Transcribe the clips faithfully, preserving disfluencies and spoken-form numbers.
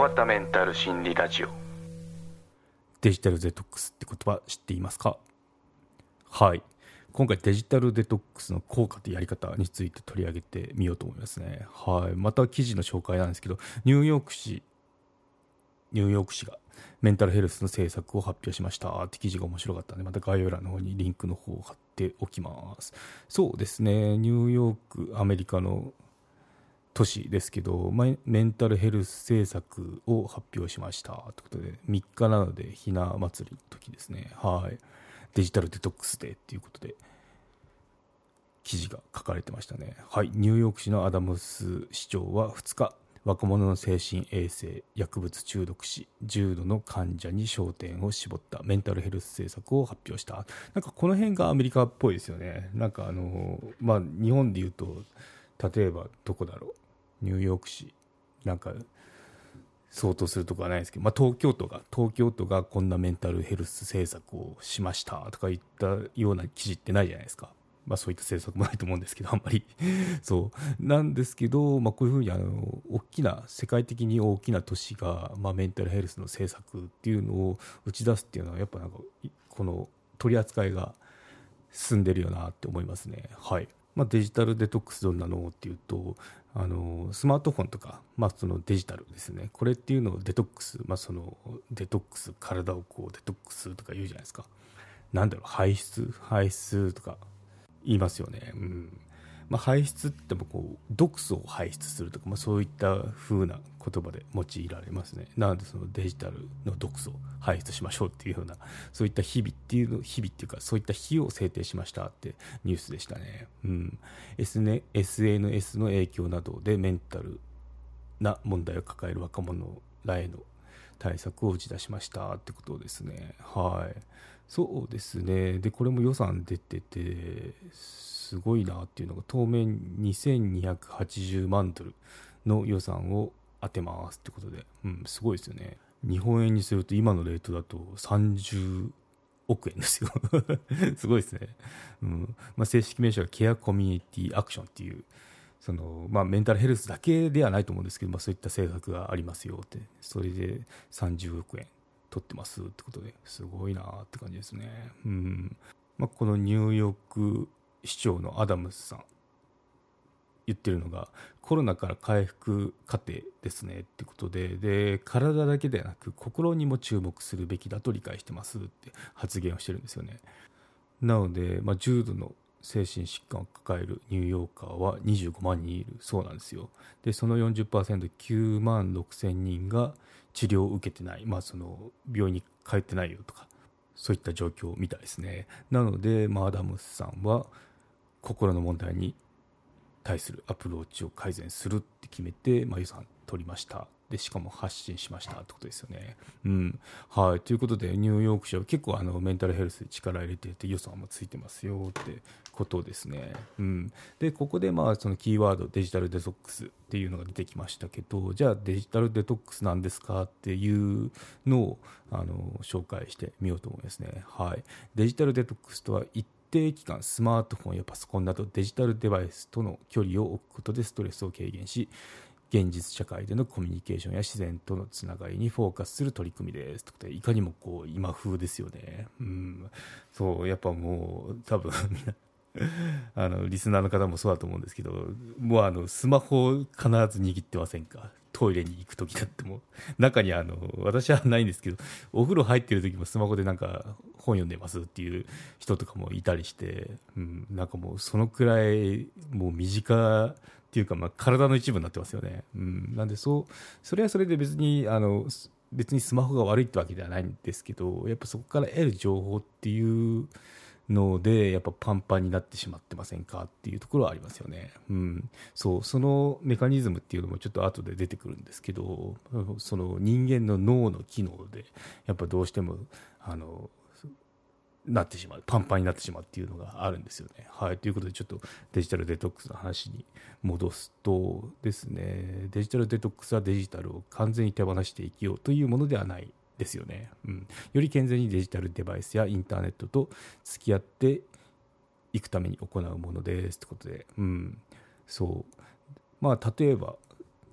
川田メンタル心理ラジオ。 デジタルデトックスって言葉知っていますか？はい、今回デジタルデトックスの効果とやり方について取り上げてみようと思いますね。はい、また記事の紹介なんですけど、ニューヨーク市ニューヨーク市がメンタルヘルスの政策を発表しましたって記事が面白かったので、また概要欄の方にリンクの方を貼っておきます。そうですね、ニューヨーク、アメリカの都市ですけど、メンタルヘルス政策を発表しましたということで、みっかなのでひな祭りの時ですね。はい、デジタルデトックスデーということで記事が書かれてましたね。はい、ニューヨーク市のアダムス市長はふつか、若者の精神衛生、薬物中毒死、重度の患者に焦点を絞ったメンタルヘルス政策を発表した。なんかこの辺がアメリカっぽいですよね。なんかあの、まあ、日本でいうと例えばどこだろう、ニューヨーク市なんか相当するところはないですけど、まあ、東京都が東京都がこんなメンタルヘルス政策をしましたとか言ったような記事ってないじゃないですか。まあ、そういった政策もないと思うんですけど、あんまりそうなんですけど、まあ、こういうふうにあの大きな世界的に大きな都市が、まあ、メンタルヘルスの政策っていうのを打ち出すっていうのはやっぱなんかこの取り扱いが進んでるよなって思いますね。はい、まあ、デジタルデトックスどんなのっていうと、あのスマートフォンとか、まあ、そのデジタルですね、これっていうのをデトックス、まあ、そのデトックス、体をこうデトックスとか言うじゃないですか。なんだろう、排出排出とか言いますよね。うんまあ、排出ってもこう毒素を排出するとか、まあ、そういった風な言葉で用いられますね。なのでそのデジタルの毒素を排出しましょうっていうような、そういった日々っていうの日々っていうかそういった日を制定しましたってニュースでしたね。うん、エスエヌエス の影響などでメンタルな問題を抱える若者らへの対策を打ち出しましたってことですね。はい、そうですね。でこれも予算出ててすごいなっていうのが、当面にせんにひゃくはちじゅうまんドルの予算を当てますってことで、うん、すごいですよね。日本円にすると今のレートだとさんじゅうおくえんですよすごいですね。うんまあ、正式名称はケアコミュニティアクションっていう、そのまあ、メンタルヘルスだけではないと思うんですけど、まあ、そういった政策がありますよって、それでさんじゅうおくえん取ってますってことで、すごいなって感じですね。うんまあ、このニューヨーク市長のアダムスさん言ってるのが、コロナから回復過程ですねってことで、で体だけでなく心にも注目するべきだと理解してますって発言をしてるんですよね。なので、まあ、重度の精神疾患を抱えるニューヨーカーはにじゅうごまんにんいるそうなんですよ。でその よんじゅっパーセント、きゅうまんろくせんにんが治療を受けてない、まあ、その病院に通ってないよとか、そういった状況みたいですね。なので、まあ、アダムスさんは心の問題に対するアプローチを改善するって決めて、まあ、予算取りました。でしかも発信しましたってことですよね。うんはい、ということでニューヨーク市は結構あのメンタルヘルスに力入れてて予算もついてますよってことですね。うん、でここでまあそのキーワードデジタルデトックスっていうのが出てきましたけど、じゃあデジタルデトックスなんですかっていうのをあの紹介してみようと思いますね。はい、デジタルデトックスとは一定期間スマートフォンやパソコンなどデジタルデバイスとの距離を置くことでストレスを軽減し、現実社会でのコミュニケーションや自然とのつながりにフォーカスする取り組みですということで、いかにもこう今風ですよね。うん、そうやっぱもう多分みんなあのリスナーの方もそうだと思うんですけど、もうあのスマホを必ず握ってませんか？トイレに行く時だっても中にあの私はないんですけど、お風呂入ってる時もスマホでなんか本読んでますっていう人とかもいたりして、うん、なんかもうそのくらいもう身近っていうか、まあ体の一部になってますよね。うん、なんでそうそれはそれで別にあの別にスマホが悪いってわけではないんですけど、やっぱそこから得る情報っていうのでやっぱパンパンになってしまってませんかっていうところはありますよね。うん、そうそのメカニズムっていうのもちょっと後で出てくるんですけど、その人間の脳の機能でやっぱどうしてもあのなってしまう、パンパンになってしまうっていうのがあるんですよね。はい、ということでちょっとデジタルデトックスの話に戻すとですね、デジタルデトックスはデジタルを完全に手放して生きようというものではないですよね。うん、より健全にデジタルデバイスやインターネットと付き合っていくために行うものですということで、うん、そうまあ例えば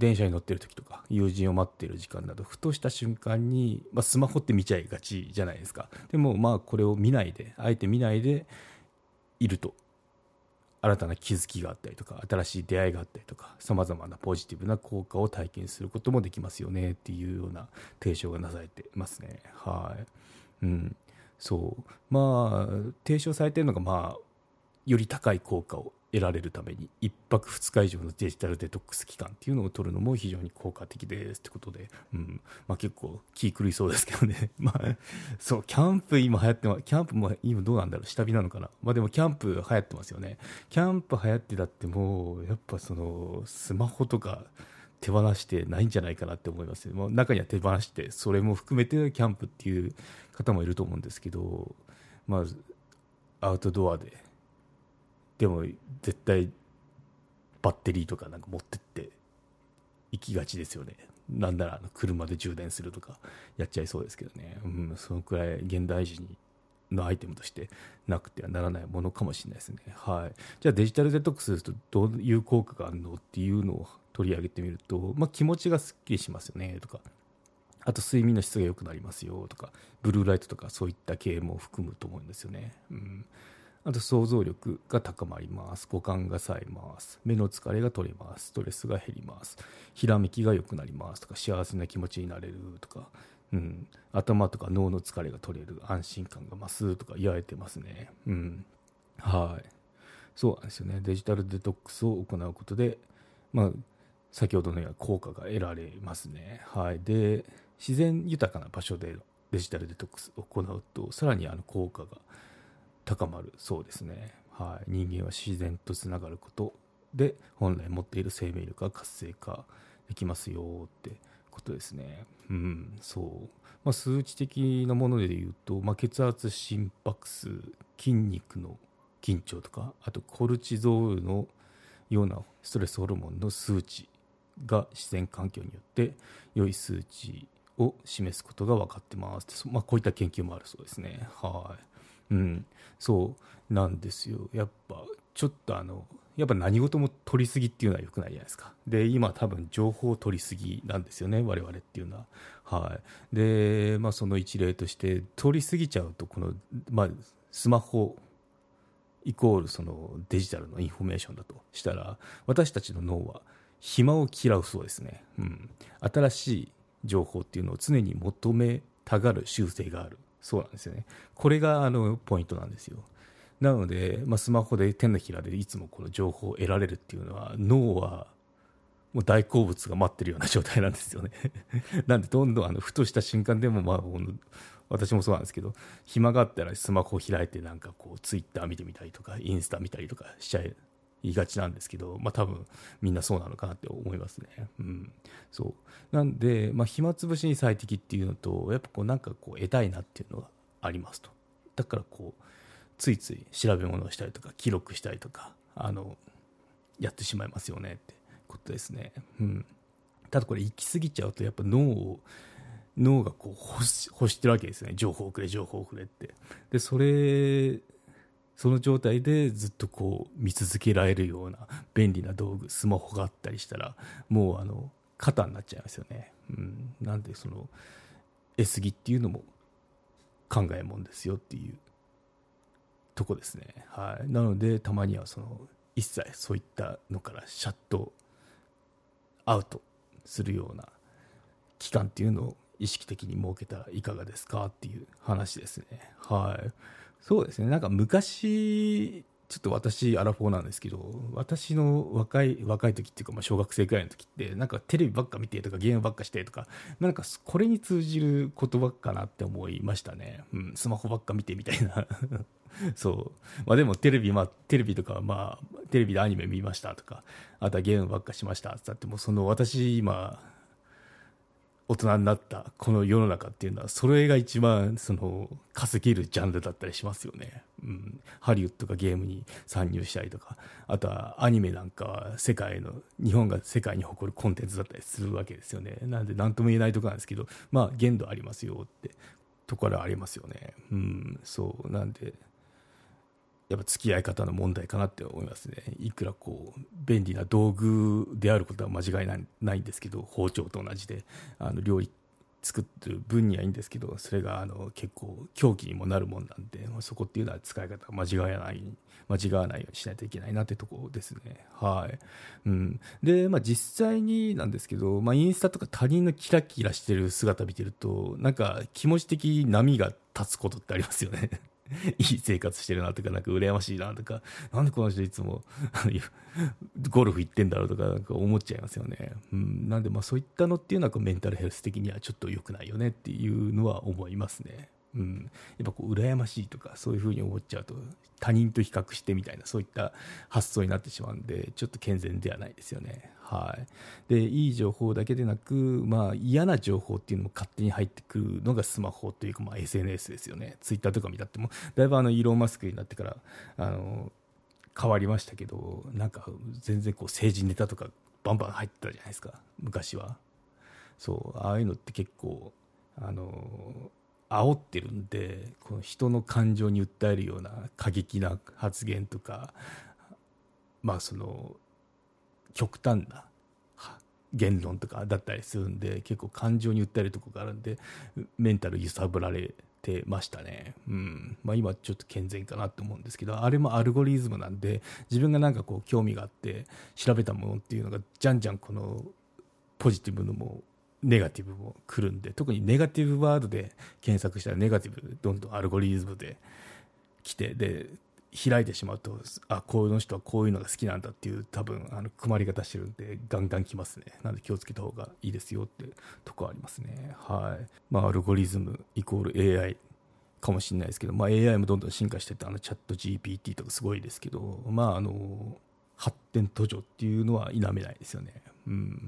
電車に乗ってる時とか友人を待っている時間などふとした瞬間に、まあ、スマホって見ちゃいがちじゃないですか。でもまあこれを見ないであえて見ないでいると新たな気づきがあったりとか新しい出会いがあったりとかさまざまなポジティブな効果を体験することもできますよねっていうような提唱がなされてますね。はい、うん、そうまあ提唱されているのがまあより高い効果を得られるためにいっぱくふつか以上のデジタルデトックス期間っていうのを取るのも非常に効果的ですってことで、うんまあ、結構気狂いそうですけどねまあそうキャンプ今流行ってます。キャンプも今どうなんだろう下火なのかな。まあでもキャンプ流行ってますよね。キャンプ流行ってだってもうやっぱそのスマホとか手放してないんじゃないかなって思いますね。もう中には手放してそれも含めてキャンプっていう方もいると思うんですけど、まあアウトドアででも絶対バッテリーとかなんか持ってって行きがちですよね。なんならあの車で充電するとかやっちゃいそうですけどね、うん、そのくらい現代人のアイテムとしてなくてはならないものかもしれないですね。はい、じゃあデジタルデトックスするとどういう効果があるのっていうのを取り上げてみると、まあ、気持ちがすっきりしますよねとか、あと睡眠の質が良くなりますよとか、ブルーライトとかそういった系も含むと思うんですよね。うんあと想像力が高まります。五感が冴えます。目の疲れが取れます。ストレスが減ります。ひらめきが良くなりますとか、幸せな気持ちになれるとか、うん、頭とか脳の疲れが取れる、安心感が増すとか言われてますね。うん、はい。そうなんですよね。デジタルデトックスを行うことで、まあ、先ほどのような効果が得られますね。はい。で、自然豊かな場所でデジタルデトックスを行うと、さらにあの効果が高まるそうですね。はい、人間は自然とつながることで本来持っている生命力が活性化できますよってことですね。うん、そう。まあ、数値的なもので言うと、まあ、血圧、心拍数、筋肉の緊張とか、あとコルチゾールのようなストレスホルモンの数値が自然環境によって良い数値を示すことが分かってます。まあ、こういった研究もあるそうですね。はい。うん、そうなんですよ。やっぱちょっとあのやっぱ何事も取りすぎっていうのは良くないじゃないですか。で今多分情報を取りすぎなんですよね我々っていうのは。はい、でまあその一例として取りすぎちゃうとこの、まあ、スマホイコールそのデジタルのインフォメーションだとしたら私たちの脳は暇を嫌うそうですね。うん、新しい情報っていうのを常に求めたがる習性があるそうなんですよね。これがあのポイントなんですよ。なので、まあ、スマホで手のひらでいつもこの情報を得られるっていうのは脳はもう大好物が待ってるような状態なんですよねなんでどんどんあのふとした瞬間でも、まあ、私もそうなんですけど暇があったらスマホを開いてなんかこうツイッター見てみたりとかインスタ見たりとかしちゃいがちなんですけど、まあ、多分みんなそうなのかなって思いますね。うん、そうなんで、まあ、暇つぶしに最適っていうのとやっぱこうなんかこう得たいなっていうのがありますと。だからこうついつい調べ物をしたりとか記録したりとかあのやってしまいますよねってことですね。うん、ただこれ行き過ぎちゃうとやっぱ脳を脳がこう欲し、欲してるわけですね。情報をくれ情報をくれって。でそれその状態でずっとこう見続けられるような便利な道具スマホがあったりしたらもうあの肩になっちゃいますよね。うん、なんでその得過ぎっていうのも考えもんですよっていうとこですね。はい、なのでたまにはその一切そういったのからシャットアウトするような期間っていうのを意識的に設けたらいかがですかっていう話ですね。はい、そうですね。なんか昔ちょっと私アラフォーなんですけど私の若い若い時っていうかまあ小学生くらいの時ってなんかテレビばっか見てとかゲームばっかしてとかなんかこれに通じる言葉かなって思いましたね。うん、スマホばっか見てみたいなそうまあでもテレビまあテレビとかまあテレビでアニメ見ましたとかあとはゲームばっかしましたって言ってもその私今大人になったこの世の中っていうのはそれが一番その稼げるジャンルだったりしますよね。うん、ハリウッドがゲームに参入したりとかあとはアニメなんかは世界の日本が世界に誇るコンテンツだったりするわけですよね。なんで何とも言えないところなんですけどまあ限度ありますよってところはありますよね。うん、そうなんでやっぱ付き合い方の問題かなって思いますね。いくらこう便利な道具であることは間違いない、ないんですけど、包丁と同じであの料理作ってる分にはいいんですけど、それがあの結構凶器にもなるもんなんで、まあ、そこっていうのは使い方が間違わない間違わないようにしないといけないなってところですね。はい。うん。で、まあ実際になんですけど、まあインスタとか他人のキラキラしてる姿見てると、なんか気持ち的に波が立つことってありますよね。いい生活してるなとか、なんか羨ましいなとか、なんでこの人いつもあのゴルフ行ってんだろうとか、なんか思っちゃいますよね。うん、なんでまあそういったのっていうのはメンタルヘルス的にはちょっと良くないよねっていうのは思いますね。うん、やっぱこう羨ましいとかそういうふうに思っちゃうと他人と比較してみたいなそういった発想になってしまうんでちょっと健全ではないですよね。はい、でいい情報だけでなく、まあ、嫌な情報っていうのも勝手に入ってくるのがスマホというか、まあ、エスエヌエス ですよね。ツイッターとか見たってもだいぶあのイーロン・マスクになってからあの変わりましたけど、なんか全然こう政治ネタとかバンバン入ってたじゃないですか昔は。そうああいうのって結構あの煽ってるんで、この人の感情に訴えるような過激な発言とか、まあその極端な言論とかだったりするんで、結構感情に訴えるところがあるんでメンタル揺さぶられてましたね。うんまあ、今ちょっと健全かなと思うんですけど、あれもアルゴリズムなんで、自分がなんかこう興味があって調べたものっていうのがじゃんじゃんこのポジティブのもネガティブも来るんで、特にネガティブワードで検索したらネガティブどんどんアルゴリズムで来て、で開いてしまうと、あこの人はこういうのが好きなんだっていう多分あの組まり方してるんでガンガン来ますね。なんで気をつけた方がいいですよってとこありますね。はい。まあアルゴリズムイコール エーアイ かもしれないですけど、まあ エーアイ もどんどん進化してて、あのチャット ジーピーティー とかすごいですけど、まああの発展途上っていうのは否めないですよね。うん。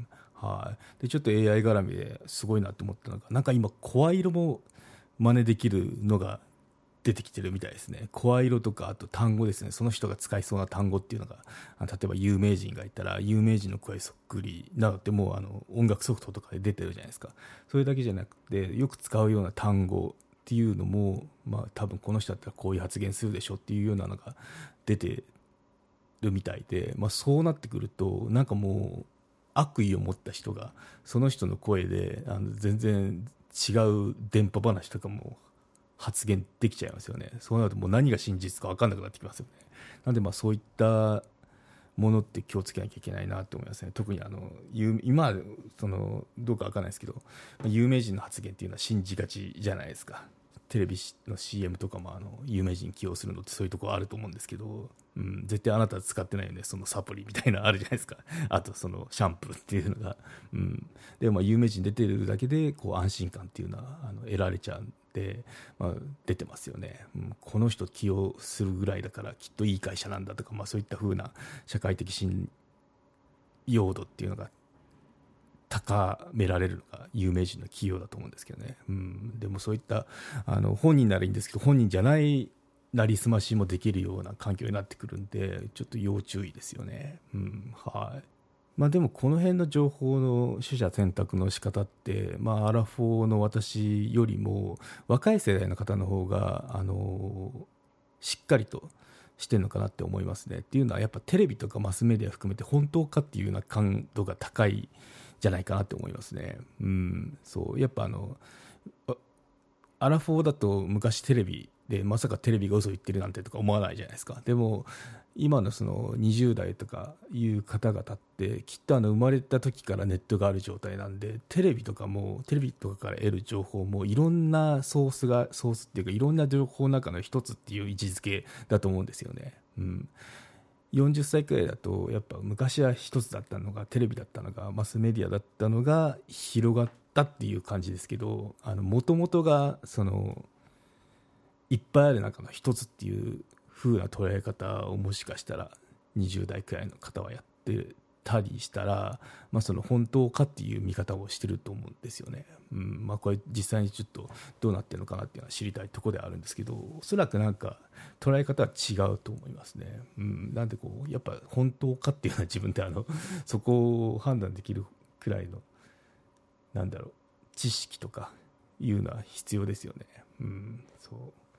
はい、でちょっと エーアイ 絡みですごいなと思ったのが、なんか今声色も真似できるのが出てきてるみたいですね。声色とかあと単語ですね、その人が使いそうな単語っていうのが、例えば有名人がいたら有名人の声そっくりなのってもうあの音楽ソフトとかで出てるじゃないですか。それだけじゃなくてよく使うような単語っていうのも、まあ、多分この人だったらこういう発言するでしょっていうようなのが出てるみたいで、まあ、そうなってくるとなんかもう悪意を持った人がその人の声であの全然違う電波話とかも発言できちゃいますよね。そうなるともう何が真実か分かんなくなってきますよね。なんでまあそういったものって気をつけなきゃいけないなと思いますね。特にあの今そのどうか分かんないですけど、有名人の発言っていうのは信じがちじゃないですか。テレビの シーエム とかもあの有名人起用するのってそういうところあると思うんですけど、うん、絶対あなたは使ってないよねそのサプリみたいなのあるじゃないですか。あとそのシャンプーっていうのが、うん、でもまあ有名人出てるだけでこう安心感っていうのはあの得られちゃうんで、まあ、出てますよね、うん、この人起用するぐらいだからきっといい会社なんだとか、まあ、そういった風な社会的信用度っていうのが高められるのが有名人の起用だと思うんですけどね、うん、でもそういったあの本人ならいいんですけど本人じゃないなりすましもできるような環境になってくるんでちょっと要注意ですよね、うんはいまあ、でもこの辺の情報の取捨選択の仕方って、まあ、アラフォーの私よりも若い世代の方の方があのしっかりとしてるのかなって思いますね。っていうのはやっぱテレビとかマスメディア含めて本当かっていうような感度が高いじゃないかなって思いますね。うん、そうやっぱあのアラフォーだと昔テレビでまさかテレビが嘘言ってるなんてとか思わないじゃないですか。でも今のそのにじゅう代とかいう方々ってきっとあの生まれた時からネットがある状態なんで、テレビとかもテレビとかから得る情報もいろんなソースがソースっていうかいろんな情報の中の一つっていう位置づけだと思うんですよね。うん、よんじゅっさいくらいだとやっぱ昔は一つだったのがテレビだったのがマスメディアだったのが広がったっていう感じですけど、もともとがそのいっぱいある中の一つっていう風な捉え方をもしかしたらにじゅう代くらいの方はやってたりしたら、まあ、その本当かっていう見方をしてると思うんですよね。うんまあ、これ実際にちょっとどうなってるのかなっていうのは知りたいところではあるんですけど、おそらくなんか捉え方は違うと思いますね。うん、なんでこうやっぱ本当かっていうのは自分であのそこを判断できるくらいのなんだろう知識とかいうのは必要ですよね。うん、そう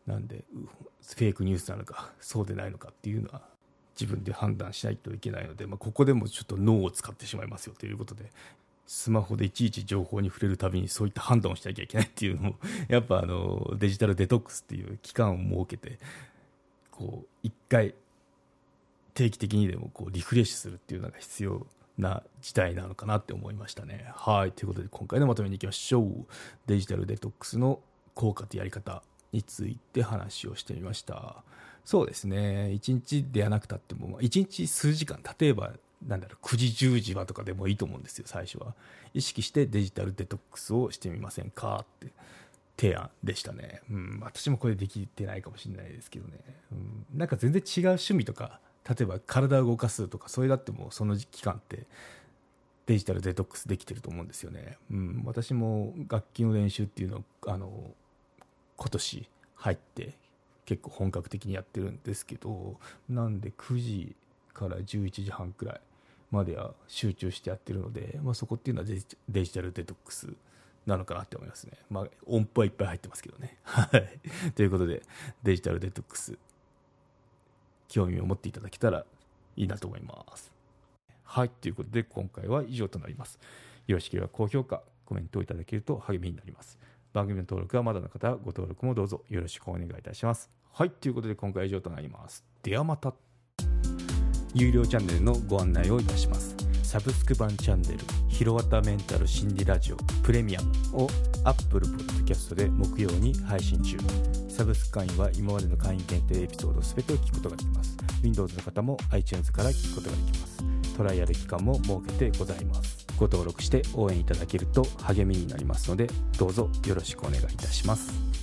なんでフェイクニュースなのかそうでないのかっていうのは自分で判断しないといけないので、まあ、ここでもちょっと脳を使ってしまいますよということで、スマホでいちいち情報に触れるたびにそういった判断をしなきゃいけないっていうのもやっぱあのデジタルデトックスっていう期間を設けてこう一回定期的にでもこうリフレッシュするっていうのが必要な時代なのかなって思いましたね。はい、ということで今回のまとめにいきましょう。デジタルデトックスの効果とやり方について話をしてみました。そうですね、いちにちではなくたってもいちにち数時間、例えばなんだろうくじじゅうじはとかでもいいと思うんですよ。最初は意識してデジタルデトックスをしてみませんかって提案でしたね。うん、私もこれできてないかもしれないですけどね、うん、なんか全然違う趣味とか、例えば体を動かすとか、それだってもうその期間ってデジタルデトックスできてると思うんですよね。うん、私も楽器の練習っていうのをあの今年入って結構本格的にやってるんですけど、なんでくじからじゅういちじはんくらいまでは集中してやってるので、まあ、そこっていうのはデジ、デジタルデトックスなのかなって思いますね。まあ音符はいっぱい入ってますけどね。はいということでデジタルデトックス興味を持っていただけたらいいなと思います。はい、ということで今回は以上となります。よろしければ高評価コメントをいただけると励みになります。番組の登録はまだの方はご登録もどうぞよろしくお願いいたします。はい、ということで今回は以上となります。ではまた。有料チャンネルのご案内をいたします。サブスク版チャンネルひろわたメンタル心理ラジオプレミアムを Apple Podcast で木曜に配信中。サブスク会員は今までの会員限定エピソードすべてを聞くことができます。 Windows の方も iTunes から聞くことができます。トライアル期間も設けてございます。ご登録して応援いただけると励みになりますので、どうぞよろしくお願いいたします。